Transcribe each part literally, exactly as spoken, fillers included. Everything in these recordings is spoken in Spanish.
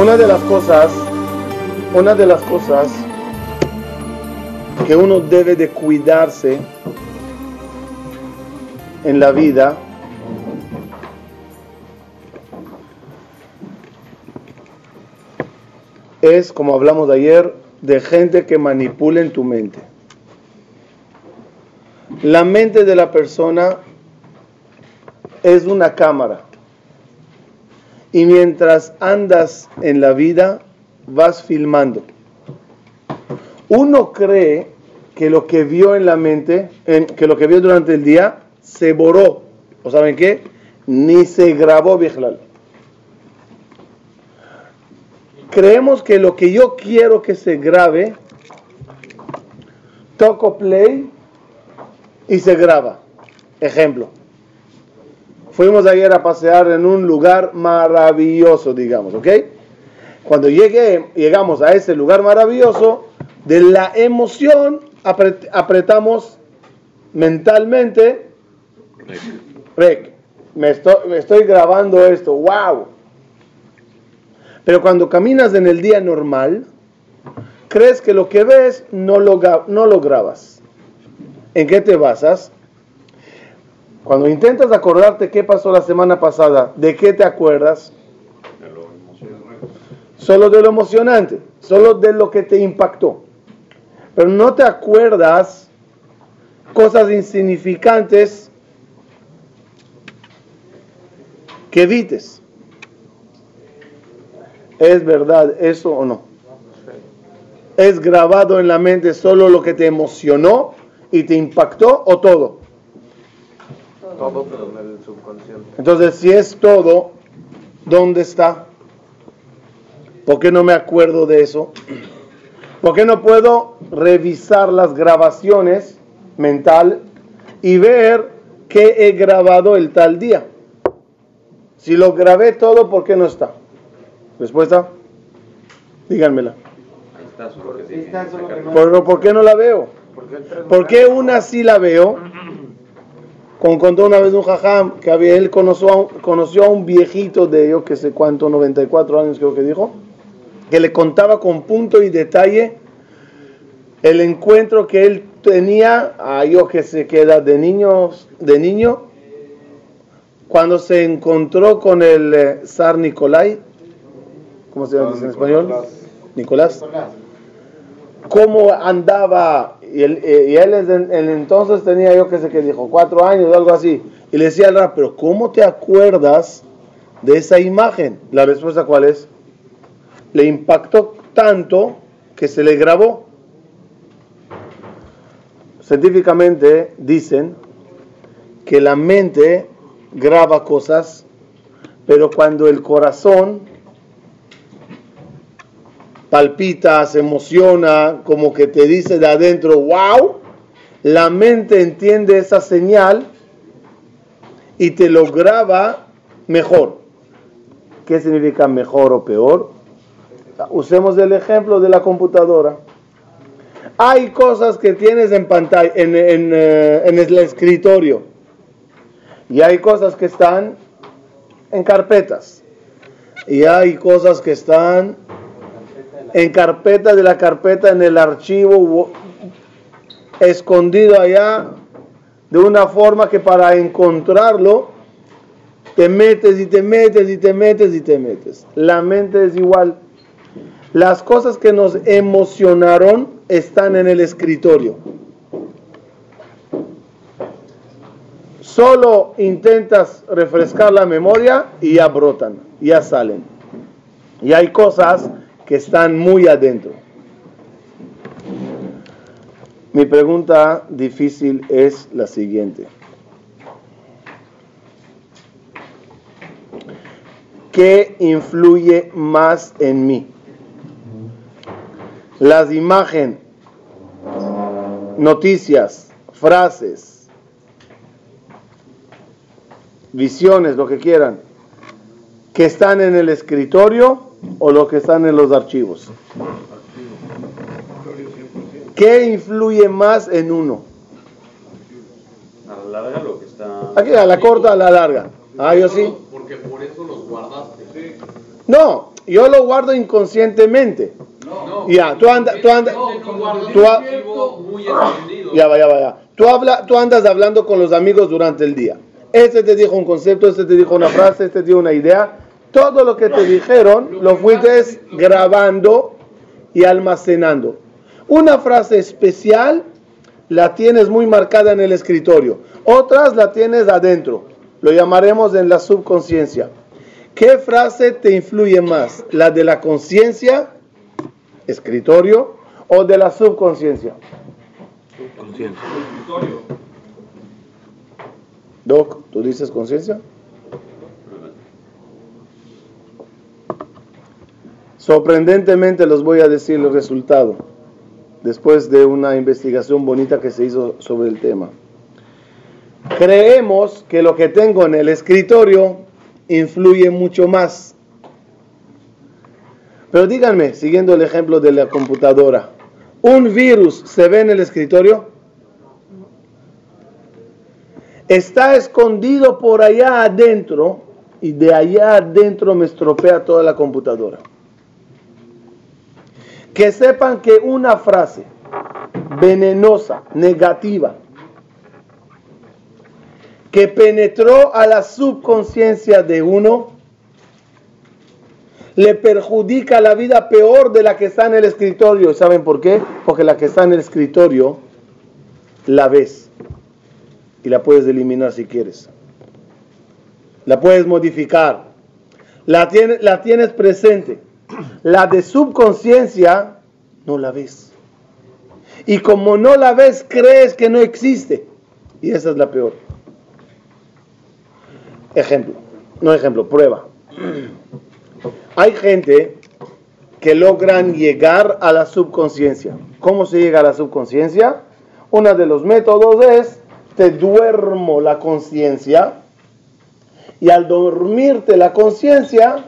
Una de las cosas, una de las cosas que uno debe de cuidarse en la vida es, como hablamos de ayer, de gente que manipula en tu mente. La mente de la persona es una cámara. Y mientras andas en la vida, vas filmando. Uno cree que lo que vio en la mente, en, que lo que vio durante el día, se borró. ¿O saben qué? Ni se grabó, Bijlal. Creemos que lo que yo quiero que se grabe, toco play y se graba. Ejemplo. Fuimos ayer a pasear en un lugar maravilloso, digamos, ¿ok? Cuando llegué, llegamos a ese lugar maravilloso, de la emoción apret, apretamos mentalmente, rec, me estoy, me estoy grabando esto, wow. Pero cuando caminas en el día normal, crees que lo que ves no lo, no lo grabas. ¿En qué te basas? Cuando intentas acordarte qué pasó la semana pasada, ¿de qué te acuerdas? De lo emocionante. Solo de lo emocionante, solo de lo que te impactó. Pero no te acuerdas cosas insignificantes que evites. ¿Es verdad eso o no? ¿Es grabado en la mente solo lo que te emocionó y te impactó o todo? Todo, pero en el subconsciente. Entonces, si es todo, ¿dónde está? ¿Por qué no me acuerdo de eso? ¿Por qué no puedo revisar las grabaciones mental y ver qué he grabado el tal día? Si lo grabé todo, ¿por qué no está? ¿Respuesta? Díganmela. Ahí está, solo que Sí está, solo que no- ¿Pero por qué no la veo? Porque el tres ¿Por qué una sí la veo? Como contó una vez un jajam que había, él conoció a, un, conoció a un viejito de yo que sé cuánto, noventa y cuatro años creo que dijo, que le contaba con punto y detalle el encuentro que él tenía, a yo que sé qué edad de niños, de niño, cuando se encontró con el eh, zar Nicolai. ¿Cómo se llama en español? Nicolás. Nicolás. Cómo andaba, y él, eh, y él en, en entonces tenía yo que sé que dijo, cuatro años, algo así, y le decía al rap, pero ¿cómo te acuerdas de esa imagen? La respuesta, ¿cuál es? Le impactó tanto que se le grabó. Científicamente dicen que la mente graba cosas, pero cuando el corazón palpita, se emociona, como que te dice de adentro, wow, la mente entiende esa señal y te lo graba mejor. ¿Qué significa mejor o peor? Usemos el ejemplo de la computadora. Hay cosas que tienes en pantalla, en, en, en el escritorio, y hay cosas que están en carpetas, y hay cosas que están en carpeta de la carpeta, en el archivo, escondido allá, de una forma que para encontrarlo, te metes y te metes y te metes y te metes. La mente es igual. Las cosas que nos emocionaron están en el escritorio. Solo intentas refrescar la memoria y ya brotan, ya salen. Y hay cosas que están muy adentro. Mi pregunta difícil es la siguiente. ¿Qué influye más en mí? Las imágenes, noticias, frases, visiones, lo que quieran, que están en el escritorio o lo que están en los archivos. ¿Qué influye más en uno? A la larga lo que está... Aquí, a la corta, a la larga. Ah, yo sí. Porque por eso los guardaste. No, yo lo guardo inconscientemente. No, Ya, tú andas, tú andas, tú a- muy extendido. ya va, ya va, ya. Tú, habla, tú andas hablando con los amigos durante el día. Este te dijo un concepto, este te dijo una frase, este te dio una idea. Todo lo que te dijeron lo fuiste grabando y almacenando. Una frase especial la tienes muy marcada en el escritorio. Otras la tienes adentro. Lo llamaremos en la subconsciencia. ¿Qué frase te influye más? ¿La de la conciencia, escritorio, o de la subconsciencia? Conciencia. Doc, ¿tú dices conciencia? Sorprendentemente les voy a decir el resultado, después de una investigación bonita que se hizo sobre el tema. Creemos que lo que tengo en el escritorio influye mucho más. Pero díganme, siguiendo el ejemplo de la computadora, ¿un virus se ve en el escritorio? Está escondido por allá adentro y de allá adentro me estropea toda la computadora. Que sepan que una frase venenosa, negativa, que penetró a la subconsciencia de uno, le perjudica la vida peor de la que está en el escritorio. ¿Saben por qué? Porque la que está en el escritorio la ves y la puedes eliminar si quieres. La puedes modificar. La tienes, la tienes presente. La de subconsciencia no la ves. Y como no la ves, crees que no existe. Y esa es la peor. Ejemplo. No ejemplo, prueba. Hay gente que logran llegar a la subconsciencia. ¿Cómo se llega a la subconsciencia? Uno de los métodos es: te duermo la conciencia, y al dormirte la conciencia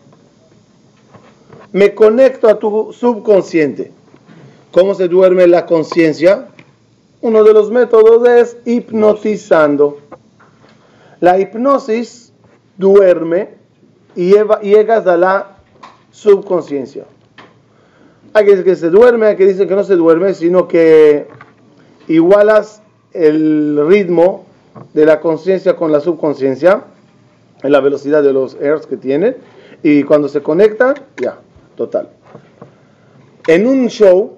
me conecto a tu subconsciente. ¿Cómo se duerme la conciencia? Uno de los métodos es hipnotizando. La hipnosis duerme y llegas a la subconsciencia. Hay que decir que se duerme, hay que decir que no se duerme, sino que igualas el ritmo de la conciencia con la subconsciencia en la velocidad de los hertz que tienen, y cuando se conectan, ya, total. En un show,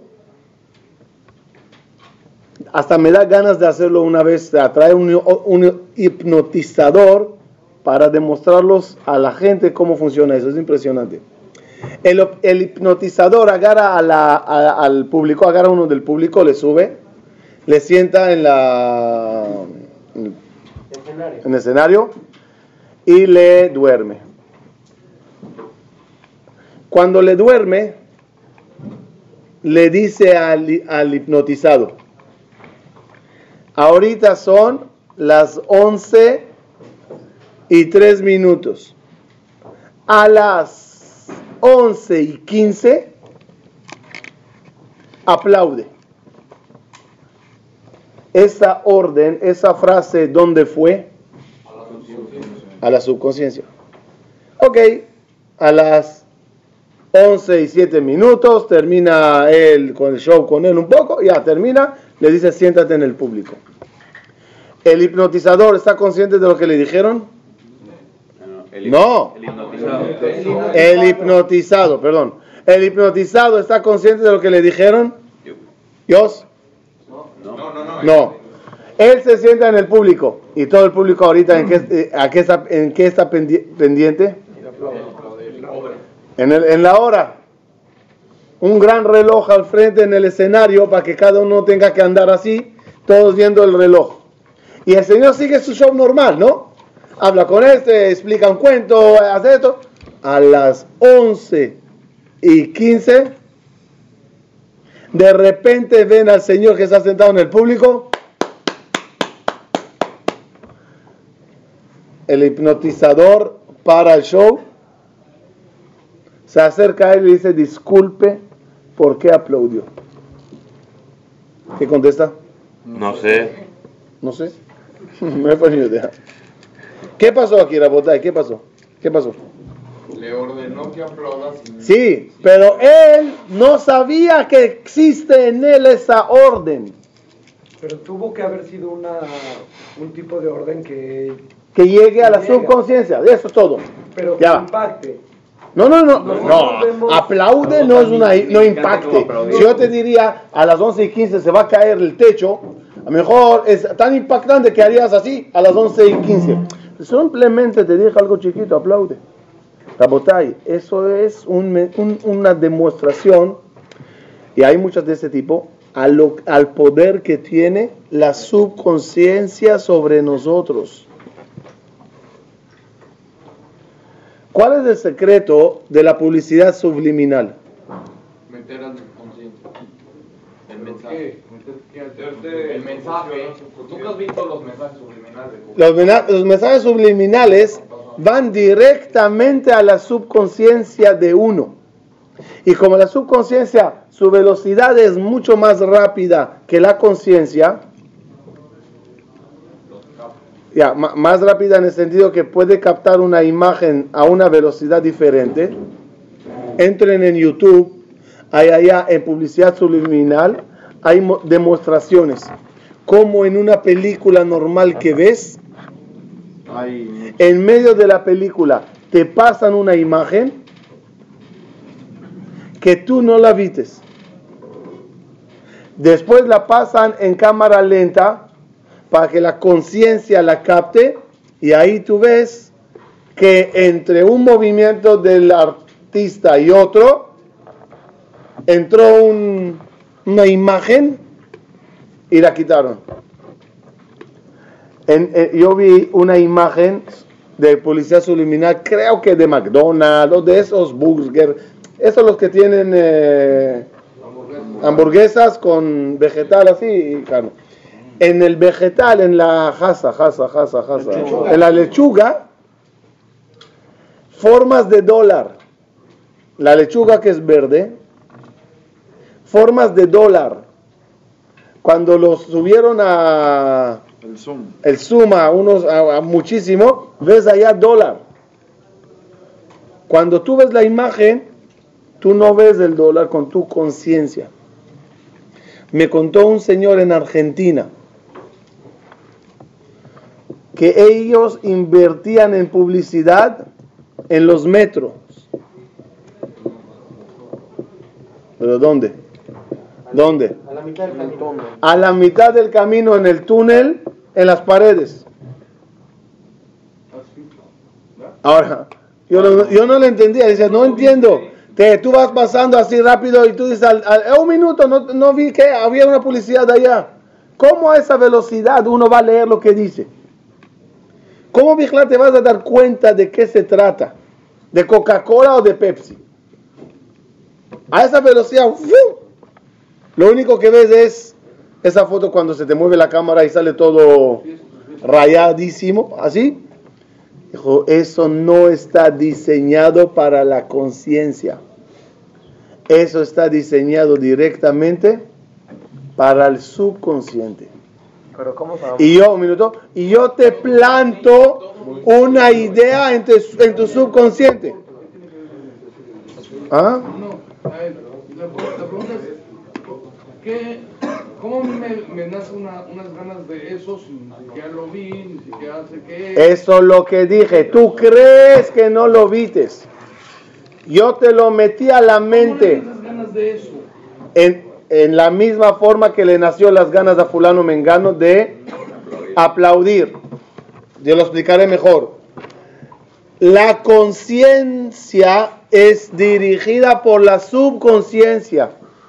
hasta me da ganas de hacerlo una vez, de atraer un, un hipnotizador para demostrarlos a la gente cómo funciona eso. Es impresionante. El, el hipnotizador agarra a la, a, al público, agarra a uno del público, le sube, le sienta en la en, en el escenario y le duerme. Cuando le duerme, le dice al, al hipnotizado: ahorita son las once y tres minutos. A las once y quince, aplaude. Esa orden, esa frase, ¿dónde fue? A la subconsciencia. Ok, a las once y siete minutos, termina él con el show con él un poco, ya termina, le dice: siéntate en el público. ¿El hipnotizador está consciente de lo que le dijeron? El, No. El hipnotizado. El hipnotizado, perdón. ¿El hipnotizado está consciente de lo que le dijeron? ¿Dios? No, no, no. No. Él se sienta en el público. ¿Y todo el público ahorita en qué, a qué está, en qué está pendiente? En, el, en la hora. Un gran reloj al frente en el escenario para que cada uno tenga que andar así, todos viendo el reloj. Y el Señor sigue su show normal, ¿no? Habla con este, explica un cuento, hace esto. A las once y quince, de repente ven al Señor que está sentado en el público. El hipnotizador para el show, se acerca a él y le dice: disculpe, ¿por qué aplaudió? ¿Qué contesta? No sé. No sé. Me he ponido idea. ¿Qué pasó aquí, Rabotay? ¿Qué pasó? ¿Qué pasó? Le ordenó que aplauda. Sin... Sí, pero él no sabía que existe en él esa orden. Pero tuvo que haber sido una, un tipo de orden que... Que llegue a la llega. subconsciencia, eso es todo. Pero que Ya. impacte. No, no, no, Nosotros no, vemos- aplaude no es una, no impacte. Si yo te diría a las once y quince se va a caer el techo, a lo mejor es tan impactante que harías así a las once y quince. Simplemente te dije algo chiquito, aplaude. Rabotai, eso es un, un, una demostración, y hay muchas de ese tipo, a lo, al poder que tiene la subconsciencia sobre nosotros. ¿Cuál es el secreto de la publicidad subliminal? Meter al subconsciente. El mensaje. El mensaje. ¿Tú que has visto los mensajes subliminales? Los, mena- los mensajes subliminales van directamente a la subconsciencia de uno. Y como la subconsciencia, su velocidad es mucho más rápida que la conciencia, ya, ma- más rápida en el sentido que puede captar una imagen a una velocidad diferente. Entren en YouTube, hay allá en publicidad subliminal, hay mo- demostraciones. Como en una película normal que ves, en medio de la película te pasan una imagen que tú no la vistes. Después la pasan en cámara lenta para que la conciencia la capte, y ahí tú ves que entre un movimiento del artista y otro entró un, una imagen y la quitaron. En, en, yo vi una imagen de publicidad subliminal, creo que de McDonald's o de esos burgers, esos los que tienen eh, hamburguesas con vegetal así y carne. En el vegetal, en la jasa, jasa, jasa, jasa, en la lechuga, formas de dólar. La lechuga que es verde, formas de dólar. Cuando los subieron a El Zoom. el suma, unos a, a muchísimo, ves allá dólar. Cuando tú ves la imagen, tú no ves el dólar con tu conciencia. Me contó un señor en Argentina que ellos invertían en publicidad en los metros. ¿Pero dónde? ¿Dónde? A la mitad del camino. A la mitad del camino, en el túnel, en las paredes. Ahora, yo no, yo no lo entendía, dice, no entiendo. Te, tú vas pasando así rápido y tú dices, al, al, un minuto, no, no vi que había una publicidad allá. ¿Cómo a esa velocidad uno va a leer lo que dice? ¿Cómo, Vigla, te vas a dar cuenta de qué se trata? ¿De Coca-Cola o de Pepsi? A esa velocidad, ¡fum! Lo único que ves es esa foto cuando se te mueve la cámara y sale todo rayadísimo, así. Dijo, eso no está diseñado para la conciencia. Eso está diseñado directamente para el subconsciente. Pero ¿cómo sabemos? Y yo, un minuto, y yo te planto una idea en tu, en tu subconsciente. ¿Ah? No, a ver, la, la pregunta es, ¿qué, ¿cómo me, me nace una, unas ganas de eso si ni siquiera lo vi, ni siquiera sé qué es? Eso es lo que dije. Tú crees que no lo vistes. Yo te lo metí a la ¿Cómo mente. le das ganas de eso? En, en la misma forma que le nació las ganas a fulano mengano de aplaudir. Yo lo explicaré mejor. La conciencia es dirigida por la subconsciencia.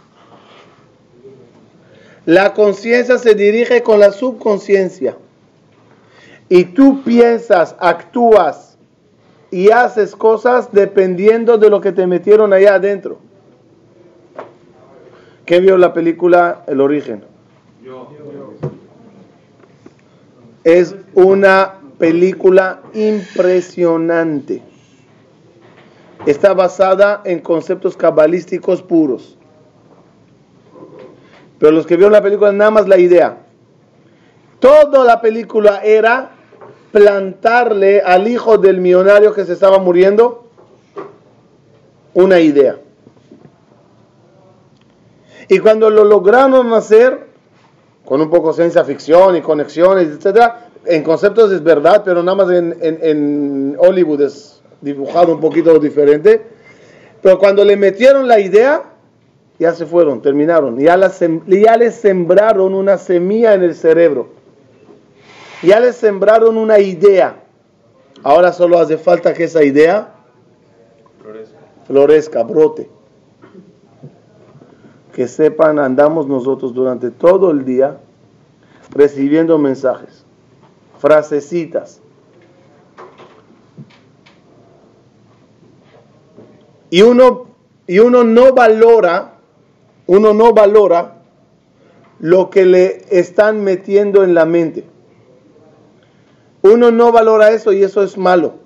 La conciencia se dirige con la subconsciencia. Y tú piensas, actúas y haces cosas dependiendo de lo que te metieron allá adentro. ¿Qué vio la película El Origen? Yo. Es una película impresionante. Está basada en conceptos cabalísticos puros. Pero los que vieron la película, nada más la idea. Toda la película era plantarle al hijo del millonario que se estaba muriendo una idea. Y cuando lo lograron hacer, con un poco de ciencia ficción y conexiones, etcétera, en conceptos es verdad, pero nada más en, en, en Hollywood es dibujado un poquito diferente. Pero cuando le metieron la idea, ya se fueron, terminaron. Ya, la, ya les sembraron una semilla en el cerebro. Ya les sembraron una idea. Ahora solo hace falta que esa idea florezca, florezca brote. Que sepan, andamos nosotros durante todo el día recibiendo mensajes, frasecitas. Y uno, y uno no valora, uno no valora lo que le están metiendo en la mente. Uno no valora eso y eso es malo.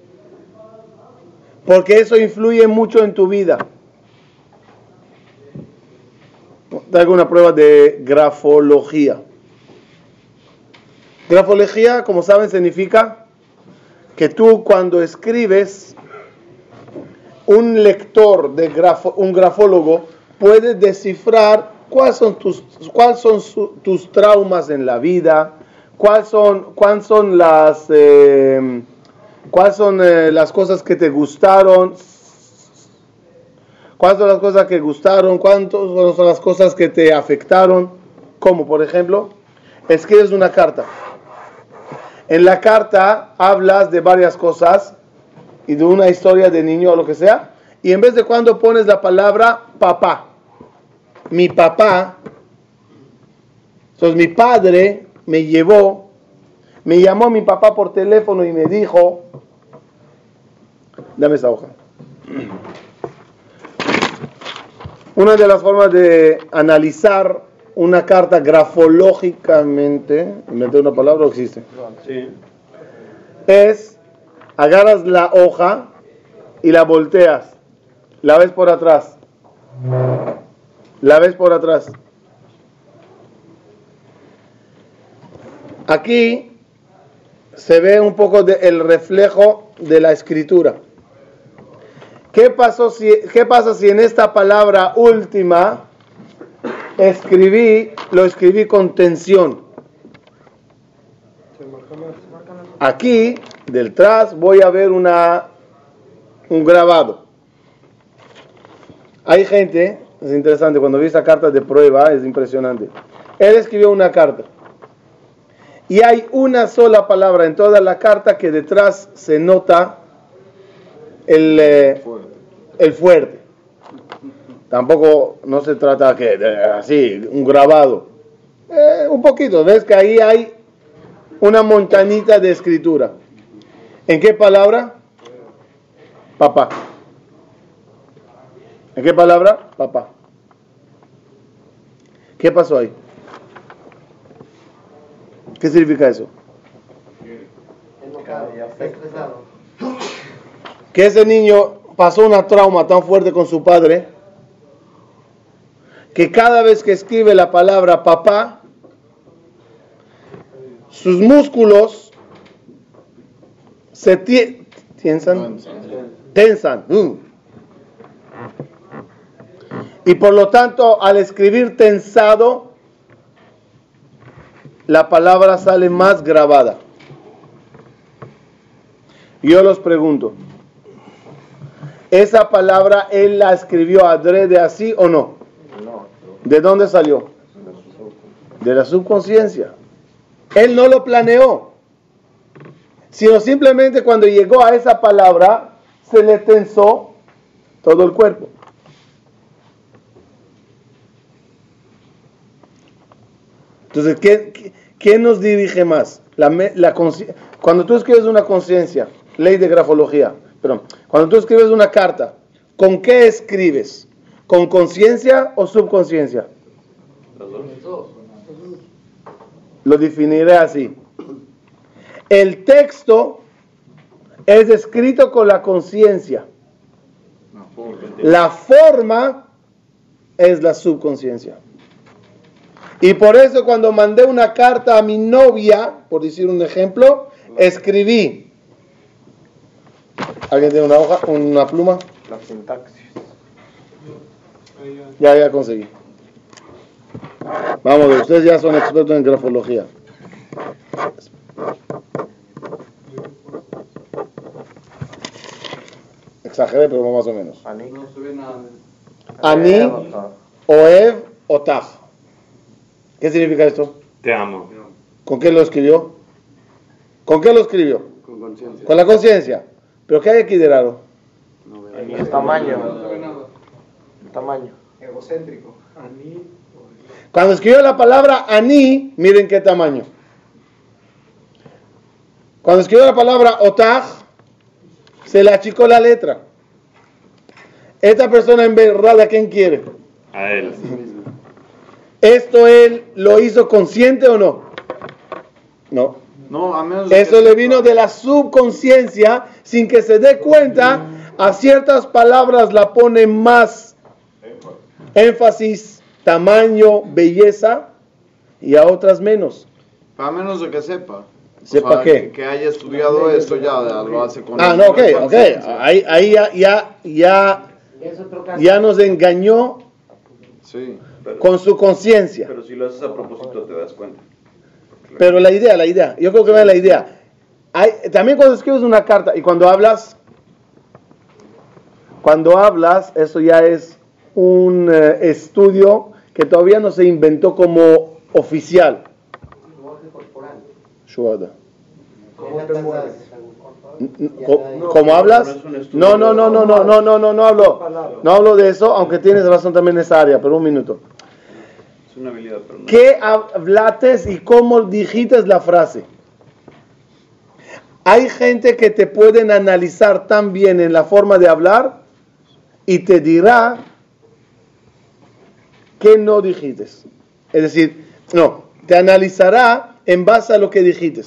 Porque eso influye mucho en tu vida. Traigo una prueba de grafología. Grafología, como saben, significa que tú cuando escribes, un lector, de grafo, un grafólogo, puede descifrar cuáles son tus, cuáles son su, tus traumas en la vida, cuáles son, cuáles son las, eh, cuáles son eh, las cosas que te gustaron. ¿Cuáles son las cosas que gustaron? ¿Cuántas son las cosas que te afectaron? Como, por ejemplo, escribes una carta. En la carta hablas de varias cosas y de una historia de niño o lo que sea. Y en vez de cuando pones la palabra papá, mi papá, entonces mi padre me llevó, me llamó mi papá por teléfono y me dijo, dame esa hoja. Una de las formas de analizar una carta grafológicamente, ¿inventé una palabra o existe? Sí. Es, agarras la hoja y la volteas, la ves por atrás, la ves por atrás. Aquí se ve un poco de el reflejo de la escritura. ¿Qué pasó si, qué pasa si en esta palabra última escribí, lo escribí con tensión? Aquí, detrás, voy a ver una, un grabado. Hay gente, es interesante, cuando vi esa carta de prueba, es impresionante. Él escribió una carta. Y hay una sola palabra en toda la carta que detrás se nota el, eh, el fuerte. Tampoco no se trata que de, así, un grabado. Eh, un poquito, ves que ahí hay una montañita de escritura. ¿En qué palabra? Papá. ¿En qué palabra? Papá. ¿Qué pasó ahí? ¿Qué significa eso? Que ese niño pasó una trauma tan fuerte con su padre que cada vez que escribe la palabra papá, sus músculos se tie- tensan, tensan. Mm. Y por lo tanto, al escribir tensado, la palabra sale más grabada. Yo los pregunto, ¿esa palabra él la escribió adrede así o no? ¿De dónde salió? De la subconsciencia. Él no lo planeó, sino simplemente cuando llegó a esa palabra, se le tensó todo el cuerpo. Entonces, ¿qué, qué, qué nos dirige más? La, la cuando tú escribes una conciencia, ley de grafología, perdón, cuando tú escribes una carta, ¿con qué escribes? ¿Con conciencia o subconsciencia? Los dos. Lo definiré así. El texto es escrito con la conciencia. La forma es la subconsciencia. Y por eso cuando mandé una carta a mi novia, por decir un ejemplo, escribí. ¿Alguien tiene una hoja, una pluma? La sintaxis. Ya, ya conseguí. Vamos, ustedes ya son expertos en grafología. Exageré, pero más o menos. Ani. No se ve nada. Ani, Oev, Otaf. ¿Qué significa esto? Te amo. ¿Con qué lo escribió? ¿Con qué lo escribió? Con conciencia. Con la conciencia. ¿Pero qué hay aquí de raro? No veo. El tamaño. No se ve nada. El tamaño. Egocéntrico. Ani. Cuando escribió la palabra Ani, miren qué tamaño. Cuando escribió la palabra Otah, se le achicó la letra. Esta persona en verdad, ¿a quién quiere? A él. ¿Esto él lo hizo consciente o no? No. No, a menos de Eso que le sepa. vino de la subconsciencia, sin que se dé cuenta. A ciertas palabras la pone más énfasis, tamaño, belleza, y a otras menos. A menos de que sepa. O ¿Sepa sea, qué? Que, que haya estudiado esto ya, ya lo hace con Ah, con no, ok, ok. conciencia. Ahí, ahí ya, ya, ya, ya nos engañó Sí. con su conciencia. Pero si lo haces a propósito te das cuenta. Pero la idea, la idea, yo creo que vean la idea. Hay, también cuando escribes una carta y cuando hablas, cuando hablas, eso ya es un eh, estudio que todavía no se inventó como oficial. Shuhada. ¿Cómo te mueves? ¿Cómo, cómo hablas? No, no, no, no, no, no, no, no, no hablo. No hablo de eso, aunque tienes razón también en esa área, pero un minuto. Es una habilidad, pero no. ¿Qué hablates y cómo dijiste la frase? Hay gente que te pueden analizar tan bien en la forma de hablar y te dirá que no dijiste. Es decir, no, te analizará en base a lo que dijiste.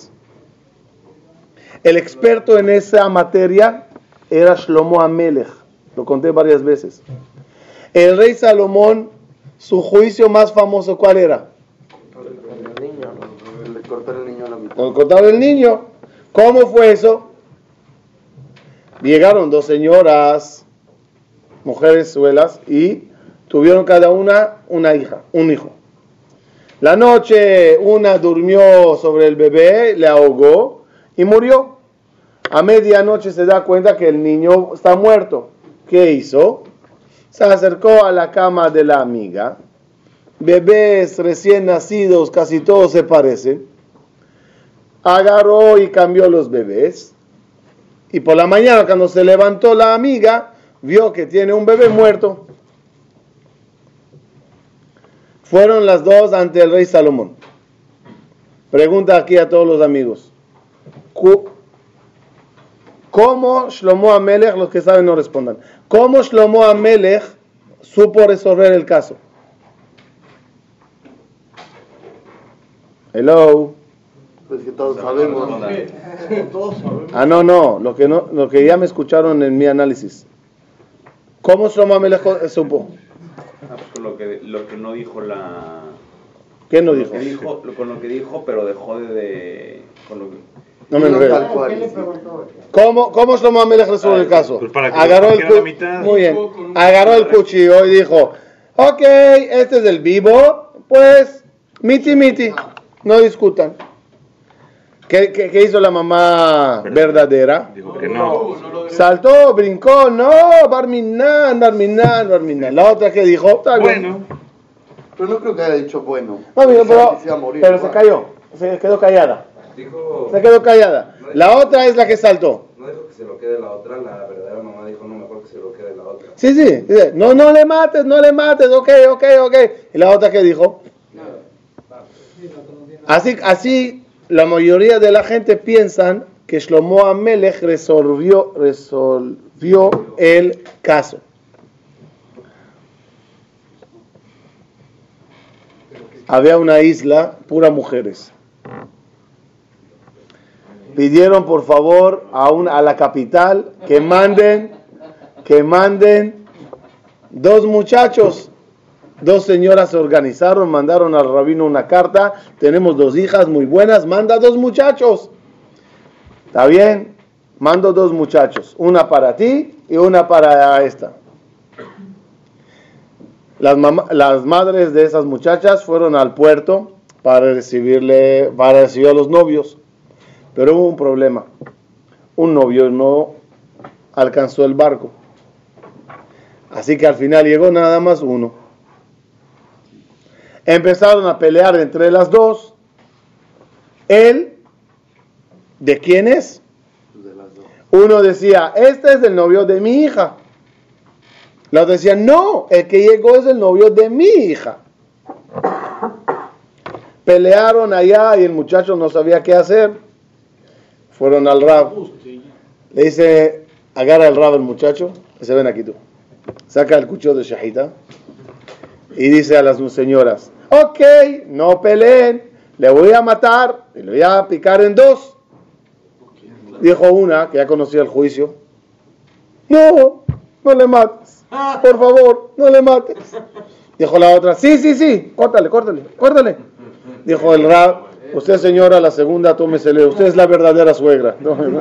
El experto en esa materia era Shlomo Amelech. Lo conté varias veces. El rey Salomón, su juicio más famoso, ¿cuál era? El niño, ¿no? El de cortar el niño a la mitad. Con cortar el niño. ¿Cómo fue eso? Llegaron dos señoras, mujeres suelas, y tuvieron cada una una hija, un hijo. La noche una durmió sobre el bebé, le ahogó y murió. A medianoche se da cuenta que el niño está muerto. ¿Qué hizo? Se acercó a la cama de la amiga. Bebés recién nacidos, casi todos se parecen. Agarró y cambió los bebés. Y por la mañana, cuando se levantó la amiga, vio que tiene un bebé muerto. Fueron las dos ante el rey Salomón. Pregunta aquí a todos los amigos. ¿Cómo Shlomo Amelech, los que saben no respondan, cómo Shlomo Amelech supo resolver el caso? Hello. Pues que todos sabemos. Todos sabemos. Ah, no, no, lo que no, lo que ya me escucharon en mi análisis. ¿Cómo Shlomo Amelech supo? Ah, pues con lo que, lo que no dijo la... ¿Qué no con dijo? Lo que dijo lo- con lo que dijo, pero dejó de... de con lo que, No me No enredo. tal cual. ¿Cómo, cómo Shlomo Amelech resuelve el caso? Pues para que Agarró lo el partiera a la cu- mitad. Muy bien. Agarró el cuchillo y dijo, ok, este es el vivo, pues miti miti, no discutan. ¿Qué, qué, qué hizo la mamá verdadera? Dijo que no. Saltó, brincó, no, Barminan, Barminan, Barminan. La otra que dijo, está bien. Bueno, Pero no creo que haya dicho bueno. No, amigo, pero, Se iba a morir, pero se igual. cayó, se quedó callada. dijo... Se quedó callada. La otra es la que saltó. No dijo que se lo quede la otra, la verdadera mamá dijo no, mejor que se lo quede la otra. Sí, sí, dice, no, no le mates, no le mates, ok, ok, ok. Y la otra que dijo, así, así la mayoría de la gente piensan que Shlomo Amelech resolvió, resolvió el caso. Había una isla, pura mujeres. Pidieron por favor a, un, a la capital que manden, que manden dos muchachos. Dos señoras se organizaron, mandaron al rabino una carta. Tenemos dos hijas muy buenas, manda dos muchachos. ¿Está bien? mando dos muchachos, una para ti y una para esta. Las, mam- las madres de esas muchachas fueron al puerto para recibirle, para recibir a los novios, pero hubo un problema. Un novio no alcanzó el barco, así que al final llegó nada más uno. Empezaron a pelear entre las dos. Él, ¿de quién es? Uno decía, este es el novio de mi hija. La otra decía, no, el que llegó es el novio de mi hija. Pelearon allá y el muchacho no sabía qué hacer. Fueron al Rab. Le dice, agarra el Rab el muchacho. Dice, ven aquí tú. Saca el cuchillo de Shahita. Y dice a las señoras, ok, no peleen. Le voy a matar y le voy a picar en dos. Dijo una, que ya conocía el juicio, no, no le mates. Por favor, no le mates. Dijo la otra, sí, sí, sí, córtale, córtale, córtale. Dijo el Rab, usted señora, la segunda, tómesele, usted es la verdadera suegra. No, no.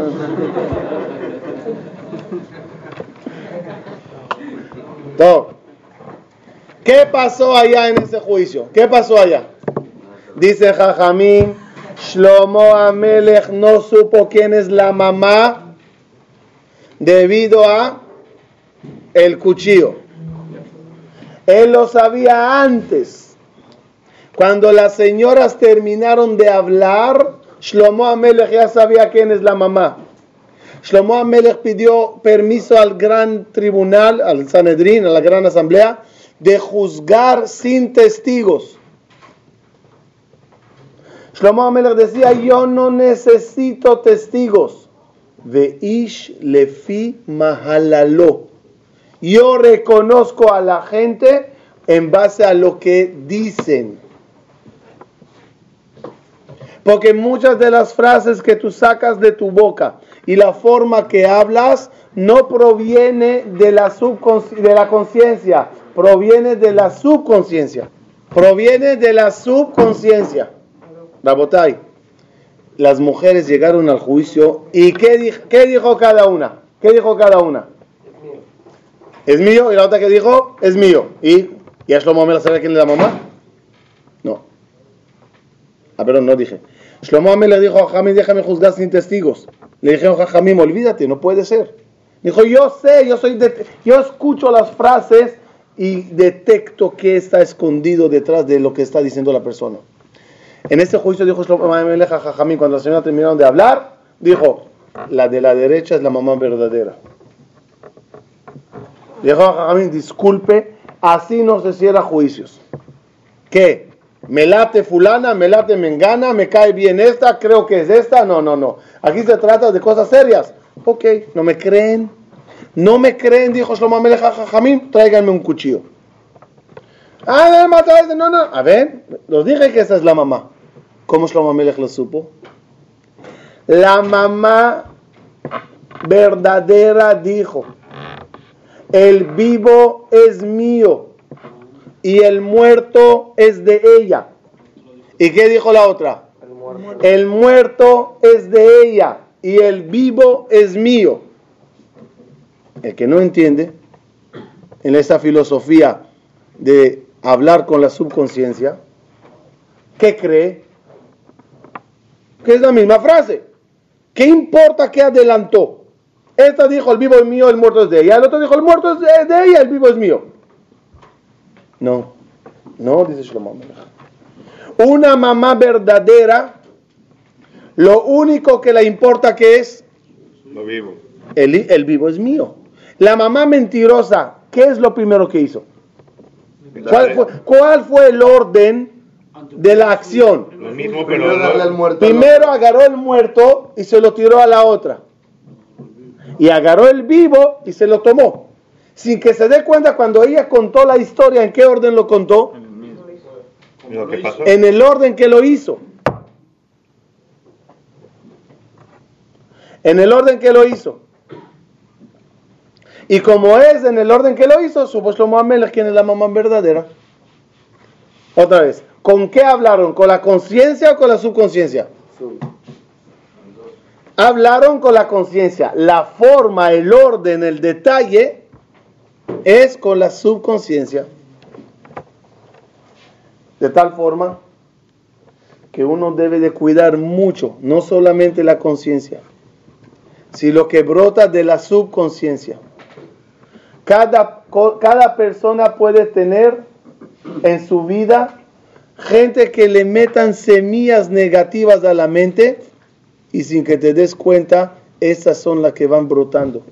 Todo. ¿Qué pasó allá en ese juicio? ¿Qué pasó allá? Dice Jajamín, Shlomo Amelech no supo quién es la mamá debido a el cuchillo. Él lo sabía antes. Cuando las señoras terminaron de hablar, Shlomo Amelech ya sabía quién es la mamá. Shlomo Amelech pidió permiso al gran tribunal, al Sanedrín, a la gran asamblea, de juzgar sin testigos. Shlomo Amelech decía, yo no necesito testigos. Veish lefi mahalalo. Yo reconozco a la gente en base a lo que dicen. Porque muchas de las frases que tú sacas de tu boca y la forma que hablas no proviene de la subconsci- de la conciencia, proviene de la subconsciencia. Proviene de la subconsciencia. Rabotai, las mujeres llegaron al juicio y ¿qué, di- ¿qué dijo cada una? ¿Qué dijo cada una? Es mío. Y la otra que dijo, es mío. ¿Y ya Shlomo Amelech sabe quién es la mamá? No. Ah, perdón, no dije. Shlomo Amelech le dijo a Jajamim, déjame juzgar sin testigos. Le dijeron a Jajamim, olvídate, no puede ser. Dijo, yo sé, yo soy de, yo escucho las frases y detecto qué está escondido detrás de lo que está diciendo la persona. En este juicio dijo Shlomo Amelech a Jajamim, cuando las señoras terminaron de hablar, dijo, la de la derecha es la mamá verdadera. Dijo a Jajamim, disculpe, así no se cierra juicios. ¿Qué? Me late fulana, me late mengana, me cae bien esta, creo que es esta. No, no, no. Aquí se trata de cosas serias. Ok, ¿no me creen? No me creen, dijo Shlomo Amelech a Jajamim, tráiganme un cuchillo. Ah, no, no, no. A ver, los dije que esa es la mamá. ¿Cómo Shlomo Amelech lo supo? La mamá verdadera dijo, el vivo es mío y el muerto es de ella. ¿Y qué dijo la otra? El muerto. El muerto es de ella y el vivo es mío. El que no entiende en esta filosofía de hablar con la subconsciencia, ¿qué cree? Que es la misma frase. ¿Qué importa qué adelantó? Esta dijo el vivo es mío, el muerto es de ella. El otro dijo el muerto es de, de ella, el vivo es mío. No, no, dice Shlomo Amelech. Una mamá verdadera, lo único que le importa que es Lo vivo. el, el vivo es mío. La mamá mentirosa, ¿qué es lo primero que hizo? ¿Cuál fue, cuál fue el orden de la acción? Lo mismo, Primero darle al muerto. Primero agarró el muerto y se lo tiró a la otra. Y agarró el vivo y se lo tomó. Sin que se dé cuenta cuando ella contó la historia, ¿en qué orden lo contó? Lo que pasó. En el orden que lo hizo. En el orden que lo hizo. Y como es en el orden que lo hizo, supo Shlomo Amelech quién es la mamá verdadera. Otra vez, ¿con qué hablaron? ¿Con la conciencia o con la subconsciencia? hablaron con la conciencia. La forma, el orden, el detalle es con la subconsciencia. De tal forma que uno debe de cuidar mucho, no solamente la conciencia, sino lo que brota de la subconsciencia. Cada, cada persona puede tener en su vida gente que le metan semillas negativas a la mente y sin que te des cuenta, esas son las que van brotando.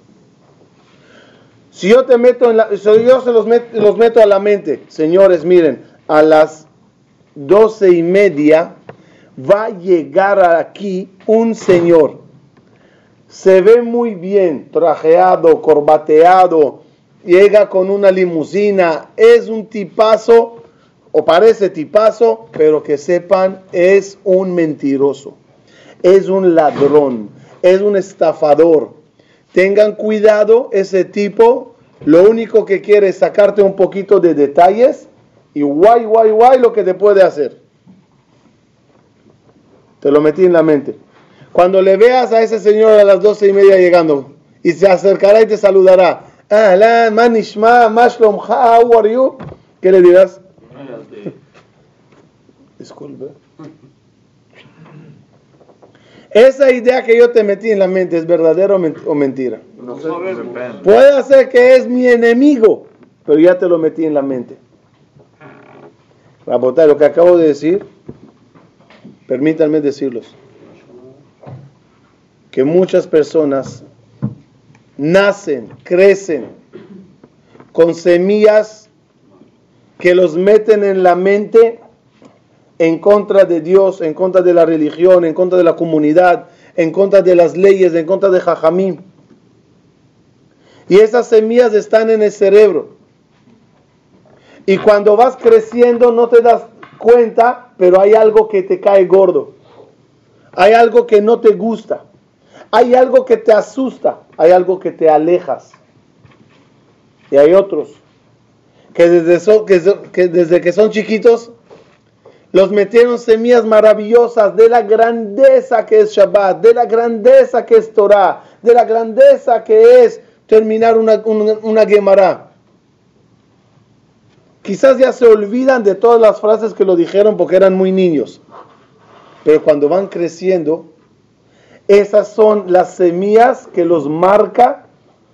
Si yo te meto en la, si yo se los, met, los meto a la mente, señores, miren, a las doce y media va a llegar aquí un señor. Se ve muy bien, trajeado, corbateado, llega con una limusina, es un tipazo, o parece tipazo, pero que sepan, es un mentiroso, es un ladrón, es un estafador. Tengan cuidado, ese tipo, lo único que quiere es sacarte un poquito de detalles, y guay, guay, guay lo que te puede hacer. Te lo metí en la mente. Cuando le veas a ese señor a las doce y media llegando, y se acercará y te saludará, ah, man ishma, mashlom, how are you? ¿Qué le dirás? Disculpe. Esa idea que yo te metí en la mente, ¿es verdadera o mentira? No sé, depende. Puede ser que es mi enemigo, pero ya te lo metí en la mente. Rabotay, lo que acabo de decir, permítanme decirlos, que muchas personas nacen, crecen con semillas que los meten en la mente en contra de Dios, en contra de la religión, en contra de la comunidad, en contra de las leyes, en contra de Jajamim. Y esas semillas están en el cerebro. Y cuando vas creciendo no te das cuenta, pero hay algo que te cae gordo. Hay algo que no te gusta. Hay algo que te asusta. Hay algo que te alejas. Y hay otros que desde, so, que, que desde que son chiquitos los metieron semillas maravillosas de la grandeza que es Shabbat, de la grandeza que es Torah, de la grandeza que es terminar una, una, una Gemara. Quizás ya se olvidan de todas las frases que lo dijeron porque eran muy niños. Pero cuando van creciendo, esas son las semillas que los marca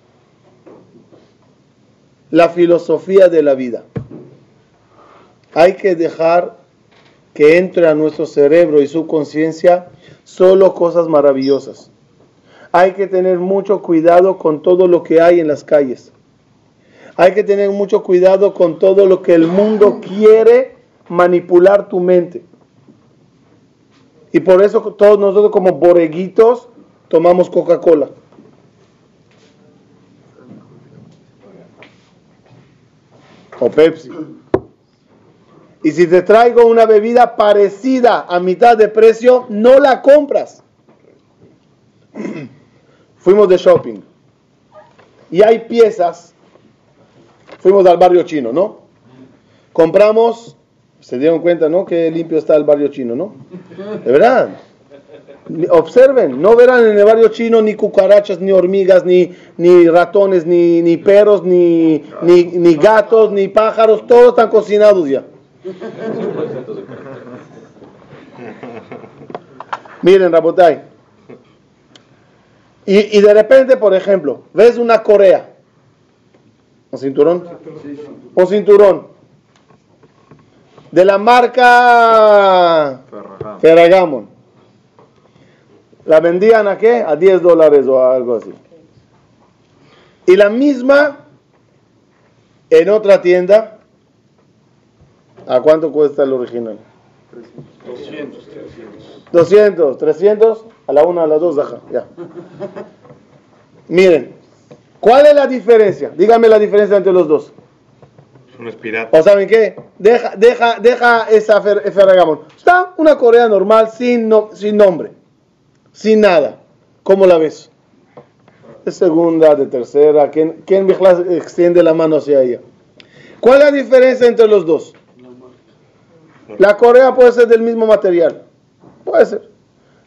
la filosofía de la vida. Hay que dejar que entre a nuestro cerebro y su conciencia solo cosas maravillosas. Hay que tener mucho cuidado con todo lo que hay en las calles. Hay que tener mucho cuidado con todo lo que el mundo quiere manipular tu mente. Y por eso todos nosotros como borreguitos tomamos Coca-Cola. O Pepsi. Y si te traigo una bebida parecida a mitad de precio, no la compras. Fuimos de shopping. Y hay piezas. Fuimos al barrio chino, ¿no? Compramos, se dieron cuenta, ¿no? Que limpio está el barrio chino, ¿no? De verdad. Observen, no verán en el barrio chino ni cucarachas, ni hormigas, ni, ni ratones, ni, ni perros, ni, ni, ni gatos, ni pájaros, todos están cocinados ya. Miren, Rabotay. Y, y de repente, por ejemplo, ves una correa. ¿Un cinturón? Un cinturón. De la marca Ferragamo. ¿La vendían a qué? A diez dólares o algo así. Y la misma en otra tienda. ¿A cuánto cuesta el original? doscientos, trescientos. doscientos, trescientos, a la una, a las dos, deja, ya. Miren, ¿cuál es la diferencia? Dígame la diferencia entre los dos. Es un espirata. ¿O saben qué? Deja, deja, deja esa fer, Ferragamo. Está una correa normal, sin, no, sin nombre, sin nada. ¿Cómo la ves? De segunda, de tercera, ¿quién, quién extiende la mano hacia ella? ¿Cuál es la diferencia entre los dos? La correa puede ser del mismo material, puede ser.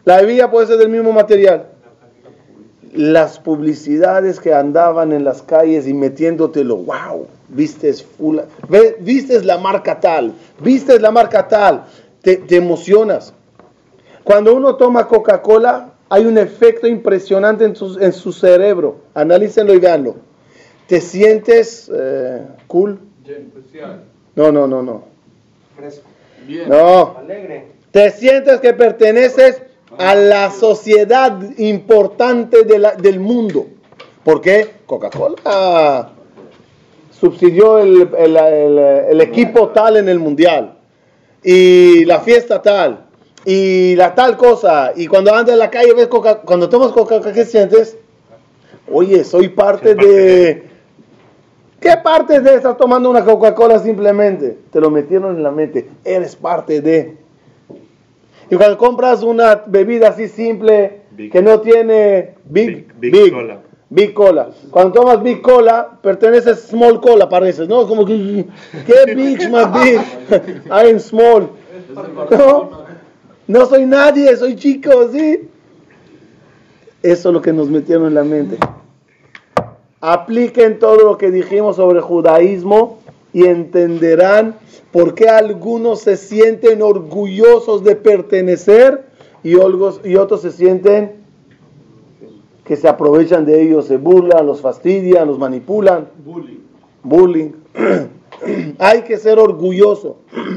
La hebilla puede ser del mismo material. Las publicidades que andaban en las calles y metiéndotelo, wow, vistes fula, ve, vistes la marca tal, vistes la marca tal, te, te emocionas. Cuando uno toma Coca-Cola, hay un efecto impresionante en su, en su cerebro. Analícenlo y véanlo. ¿Te sientes eh, cool? No, no, no, no. Fresco. Bien. No. Alegre. Te sientes que perteneces a la sociedad importante de la, del mundo. ¿Por qué? Coca-Cola subsidió el, el, el, el equipo tal en el mundial. Y la fiesta tal. Y la tal cosa. Y cuando andas en la calle ves Coca, cuando tomas Coca-Cola, ¿qué sientes? Oye, soy parte de... ¿Qué parte de estás tomando una Coca-Cola simplemente? Te lo metieron en la mente. Eres parte de... Y cuando compras una bebida así simple, big, que no tiene Big, Big, Big, big Cola. Big Cola. Cuando tomas Big Cola, perteneces a Small Cola, pareces, ¿no? Como que, ¿qué Big más Big? I am Small. No, no soy nadie, soy chico, ¿sí? Eso es lo que nos metieron en la mente. Apliquen todo lo que dijimos sobre judaísmo y entenderán por qué algunos se sienten orgullosos de pertenecer y otros se sienten que se aprovechan de ellos, se burlan, los fastidian, los manipulan. Bullying. Bullying. Hay que ser orgulloso.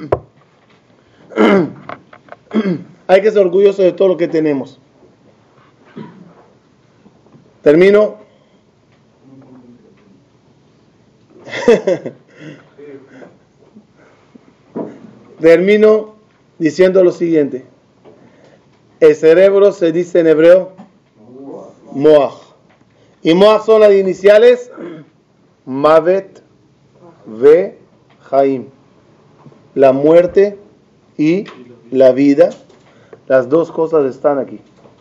Hay que ser orgulloso de todo lo que tenemos. Termino. Termino diciendo lo siguiente. El cerebro se dice en hebreo Moach. Y Moach son las iniciales Mavet Ve Chaim. La muerte y la vida. Las dos cosas están aquí.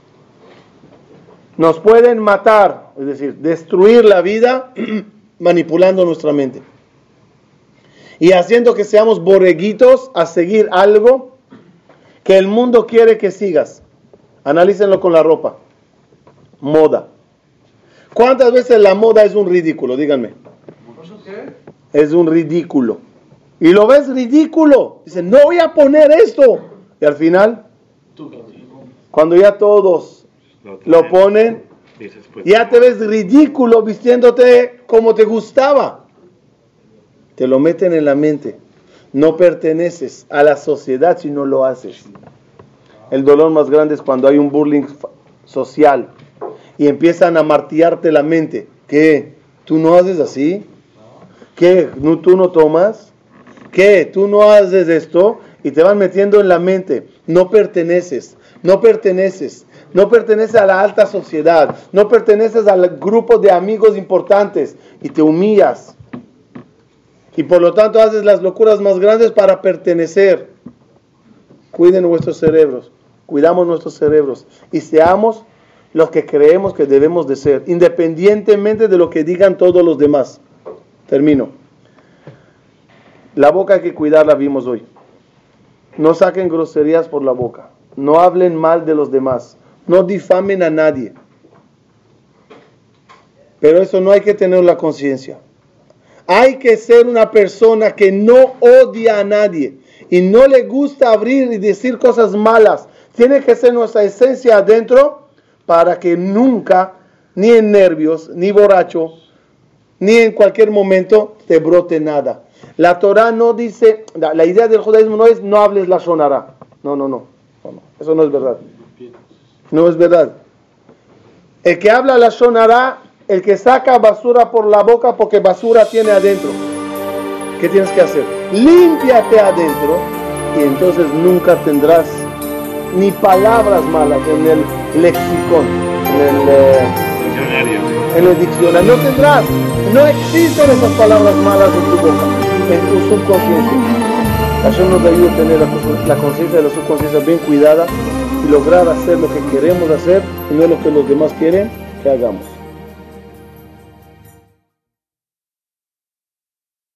Nos pueden matar, es decir, destruir la vida manipulando nuestra mente y haciendo que seamos borreguitos a seguir algo que el mundo quiere que sigas. Analícenlo con la ropa. Moda. ¿Cuántas veces la moda es un ridículo? Díganme. ¿Qué? Es un ridículo. Y lo ves ridículo. Dicen, no voy a poner esto. Y al final, cuando ya todos lo ponen, ya te ves ridículo vistiéndote como te gustaba. Te lo meten en la mente. No perteneces a la sociedad si no lo haces. El dolor más grande es cuando hay un bullying social y empiezan a martillarte la mente. ¿Qué? ¿Tú no haces así? ¿Qué? ¿No, tú no tomas? ¿Qué? ¿Tú no haces esto? Y te van metiendo en la mente. No perteneces. No perteneces. No perteneces a la alta sociedad. No perteneces al grupo de amigos importantes. Y te humillas. Y por lo tanto haces las locuras más grandes para pertenecer. Cuiden vuestros cerebros. Cuidamos nuestros cerebros. Y seamos los que creemos que debemos de ser. Independientemente de lo que digan todos los demás. Termino. La boca hay que cuidarla, vimos hoy. No saquen groserías por la boca. No hablen mal de los demás. No difamen a nadie. Pero eso no hay que tener la conciencia. Hay que ser una persona que no odia a nadie y no le gusta abrir y decir cosas malas. Tiene que ser nuestra esencia adentro para que nunca, ni en nervios, ni borracho, ni en cualquier momento te brote nada. La Torah no dice, la, la idea del judaísmo no es no hables la shonara. No, no, no, no, no. Eso no es verdad. No es verdad. El que habla la shonara, el que saca basura por la boca porque basura tiene adentro. ¿Qué tienes que hacer? Límpiate adentro y entonces nunca tendrás ni palabras malas en el lexicón, en el eh, diccionario. En el diccionario. No tendrás. No existen esas palabras malas en tu boca, en tu subconsciencia. Hashem nos ayuda a tener la, la conciencia de la subconsciencia bien cuidada y lograr hacer lo que queremos hacer y no lo que los demás quieren que hagamos.